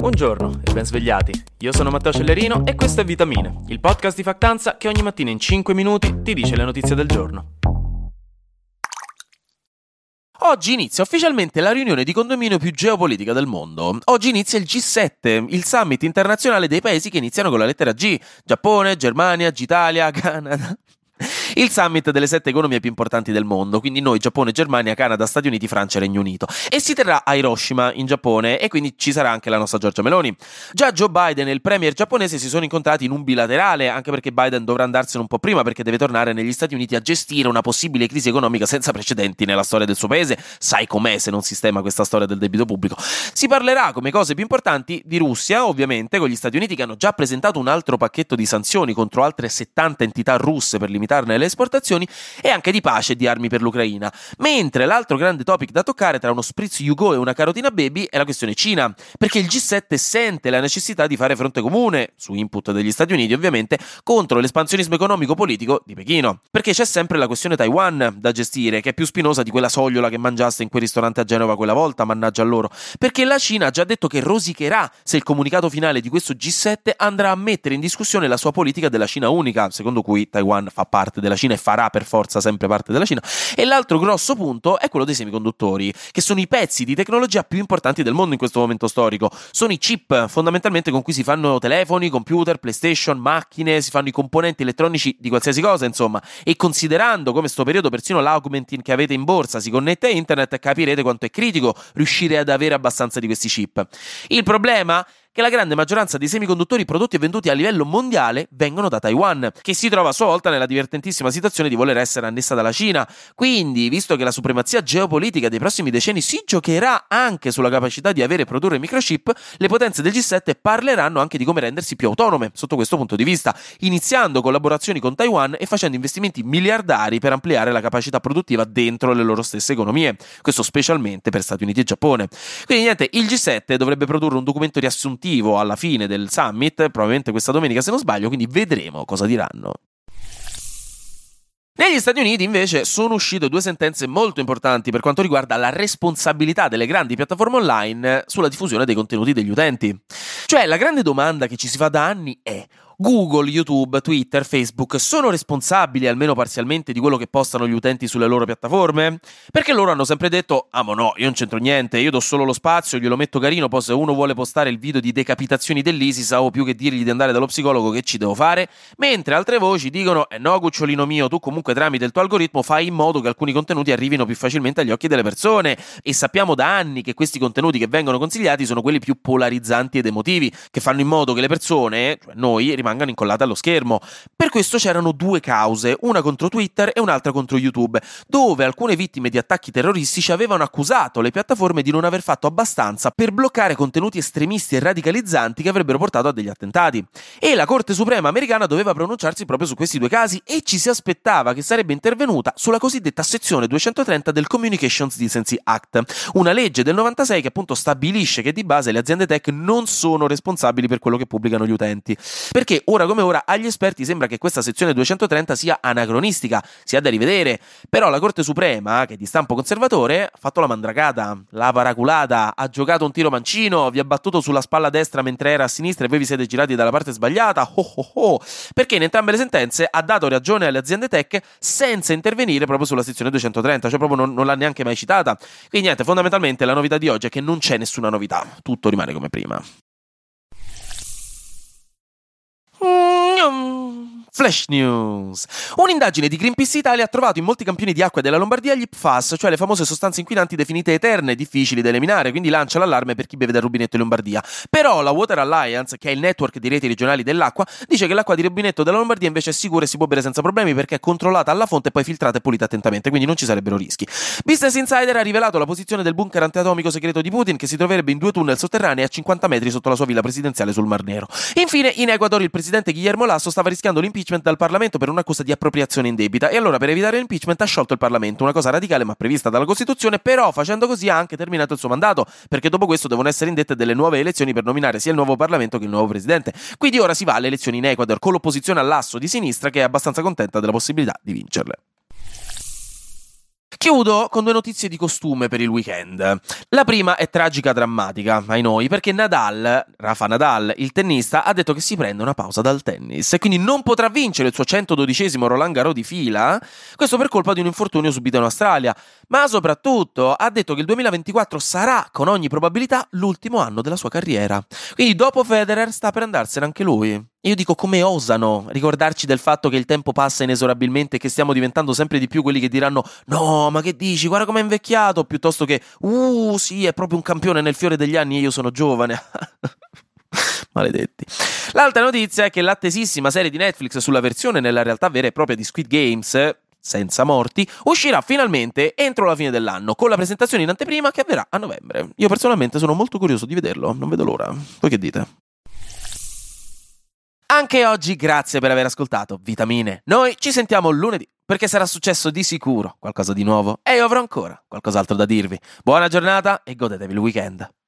Buongiorno e ben svegliati. Io sono Matteo Cellerino e questo è Vitamine, il podcast di Factanza che ogni mattina in 5 minuti ti dice le notizie del giorno. Oggi inizia ufficialmente la riunione di condominio più geopolitica del mondo. Oggi inizia il G7, il summit internazionale dei paesi che iniziano con la lettera G. Giappone, Germania, Italia, Canada. Il summit delle 7 economie più importanti del mondo, quindi noi, Giappone, Germania, Canada, Stati Uniti, Francia e Regno Unito. E si terrà a Hiroshima, in Giappone, e quindi ci sarà anche la nostra Giorgia Meloni. Già Joe Biden e il premier giapponese si sono incontrati in un bilaterale, anche perché Biden dovrà andarsene un po' prima perché deve tornare negli Stati Uniti a gestire una possibile crisi economica senza precedenti nella storia del suo paese. Sai com'è se non sistema questa storia del debito pubblico. Si parlerà, come cose più importanti, di Russia, ovviamente, con gli Stati Uniti che hanno già presentato un altro pacchetto di sanzioni contro altre 70 entità russe per limitarne le esportazioni, e anche di pace e di armi per l'Ucraina. Mentre l'altro grande topic da toccare tra uno spritz Yugo e una carotina baby è la questione Cina, perché il G7 sente la necessità di fare fronte comune, su input degli Stati Uniti ovviamente, contro l'espansionismo economico-politico di Pechino. Perché c'è sempre la questione Taiwan da gestire, che è più spinosa di quella sogliola che mangiaste in quel ristorante a Genova quella volta, mannaggia a loro. Perché la Cina ha già detto che rosicherà se il comunicato finale di questo G7 andrà a mettere in discussione la sua politica della Cina unica, secondo cui Taiwan fa parte della Cina e farà per forza sempre parte della Cina. E l'altro grosso punto è quello dei semiconduttori, che sono i pezzi di tecnologia più importanti del mondo in questo momento storico. Sono i chip fondamentalmente con cui si fanno telefoni, computer, PlayStation, macchine, si fanno i componenti elettronici di qualsiasi cosa, insomma. E considerando come sto periodo persino l'Augmentin che avete in borsa si connette a internet, capirete quanto è critico riuscire ad avere abbastanza di questi chip. Il problema che la grande maggioranza dei semiconduttori prodotti e venduti a livello mondiale vengono da Taiwan, che si trova a sua volta nella divertentissima situazione di voler essere annessa dalla Cina. Quindi, visto che la supremazia geopolitica dei prossimi decenni si giocherà anche sulla capacità di avere e produrre microchip, le potenze del G7 parleranno anche di come rendersi più autonome sotto questo punto di vista, iniziando collaborazioni con Taiwan e facendo investimenti miliardari per ampliare la capacità produttiva dentro le loro stesse economie, questo specialmente per Stati Uniti e Giappone. Quindi niente, il G7 dovrebbe produrre un documento riassuntivo alla fine del summit, probabilmente questa domenica se non sbaglio, quindi vedremo cosa diranno. Negli Stati Uniti invece sono uscite 2 sentenze molto importanti per quanto riguarda la responsabilità delle grandi piattaforme online sulla diffusione dei contenuti degli utenti. Cioè, la grande domanda che ci si fa da anni è: Google, YouTube, Twitter, Facebook sono responsabili almeno parzialmente di quello che postano gli utenti sulle loro piattaforme? Perché loro hanno sempre detto: ah ma no, io non c'entro niente, io do solo lo spazio, glielo metto carino, poi se uno vuole postare il video di decapitazioni dell'ISIS o più che dirgli di andare dallo psicologo, che ci devo fare? Mentre altre voci dicono: no cucciolino mio, tu comunque tramite il tuo algoritmo fai in modo che alcuni contenuti arrivino più facilmente agli occhi delle persone, e sappiamo da anni che questi contenuti che vengono consigliati sono quelli più polarizzanti ed emotivi, che fanno in modo che le persone, cioè noi, rimangano incollate allo schermo. Per questo c'erano 2 cause, una contro Twitter e un'altra contro YouTube, dove alcune vittime di attacchi terroristici avevano accusato le piattaforme di non aver fatto abbastanza per bloccare contenuti estremisti e radicalizzanti che avrebbero portato a degli attentati. E la Corte Suprema americana doveva pronunciarsi proprio su questi 2 casi, e ci si aspettava che sarebbe intervenuta sulla cosiddetta sezione 230 del Communications Decency Act, una legge del 96 che appunto stabilisce che di base le aziende tech non sono responsabili per quello che pubblicano gli utenti. Perché ora come ora agli esperti sembra che questa sezione 230 sia anacronistica, sia da rivedere, però la Corte Suprema, che è di stampo conservatore, ha fatto la mandragata, la paraculata, ha giocato un tiro mancino, vi ha battuto sulla spalla destra mentre era a sinistra e voi vi siete girati dalla parte sbagliata, perché in entrambe le sentenze ha dato ragione alle aziende tech senza intervenire proprio sulla sezione 230, cioè proprio non l'ha neanche mai citata. Quindi niente, fondamentalmente la novità di oggi è che non c'è nessuna novità, tutto rimane come prima. Flash News. Un'indagine di Greenpeace Italia ha trovato in molti campioni di acqua della Lombardia gli PFAS, cioè le famose sostanze inquinanti definite eterne, difficili da eliminare, quindi lancia l'allarme per chi beve dal rubinetto in Lombardia. Però la Water Alliance, che è il network di reti regionali dell'acqua, dice che l'acqua di rubinetto della Lombardia invece è sicura e si può bere senza problemi perché è controllata alla fonte e poi filtrata e pulita attentamente, quindi non ci sarebbero rischi. Business Insider ha rivelato la posizione del bunker antiatomico segreto di Putin, che si troverebbe in 2 tunnel sotterranei a 50 metri sotto la sua villa presidenziale sul Mar Nero. Infine, in Ecuador il presidente Guillermo Lasso stava rischiando l'impeachment dal Parlamento per un'accusa di appropriazione indebita, e allora per evitare l'impeachment ha sciolto il Parlamento, una cosa radicale ma prevista dalla Costituzione, però facendo così ha anche terminato il suo mandato, perché dopo questo devono essere indette delle nuove elezioni per nominare sia il nuovo Parlamento che il nuovo presidente. Quindi ora si va alle elezioni in Ecuador con l'opposizione all'asso di sinistra, che è abbastanza contenta della possibilità di vincerle. Chiudo con 2 notizie di costume per il weekend. La prima è tragica drammatica, ai noi, perché Rafa Nadal, il tennista, ha detto che si prende una pausa dal tennis e quindi non potrà vincere il suo 112esimo Roland Garros di fila, questo per colpa di un infortunio subito in Australia, ma soprattutto ha detto che il 2024 sarà con ogni probabilità l'ultimo anno della sua carriera. Quindi dopo Federer sta per andarsene anche lui. Io dico, come osano ricordarci del fatto che il tempo passa inesorabilmente e che stiamo diventando sempre di più quelli che diranno no, ma che dici, guarda com'è invecchiato, piuttosto che sì, è proprio un campione nel fiore degli anni e io sono giovane. Maledetti. L'altra notizia è che l'attesissima serie di Netflix sulla versione nella realtà vera e propria di Squid Games, senza morti, uscirà finalmente entro la fine dell'anno, con la presentazione in anteprima che avverrà a novembre. Io personalmente sono molto curioso di vederlo, non vedo l'ora. Voi che dite? Anche oggi grazie per aver ascoltato Vitamine. Noi ci sentiamo lunedì, perché sarà successo di sicuro qualcosa di nuovo e io avrò ancora qualcos'altro da dirvi. Buona giornata e godetevi il weekend.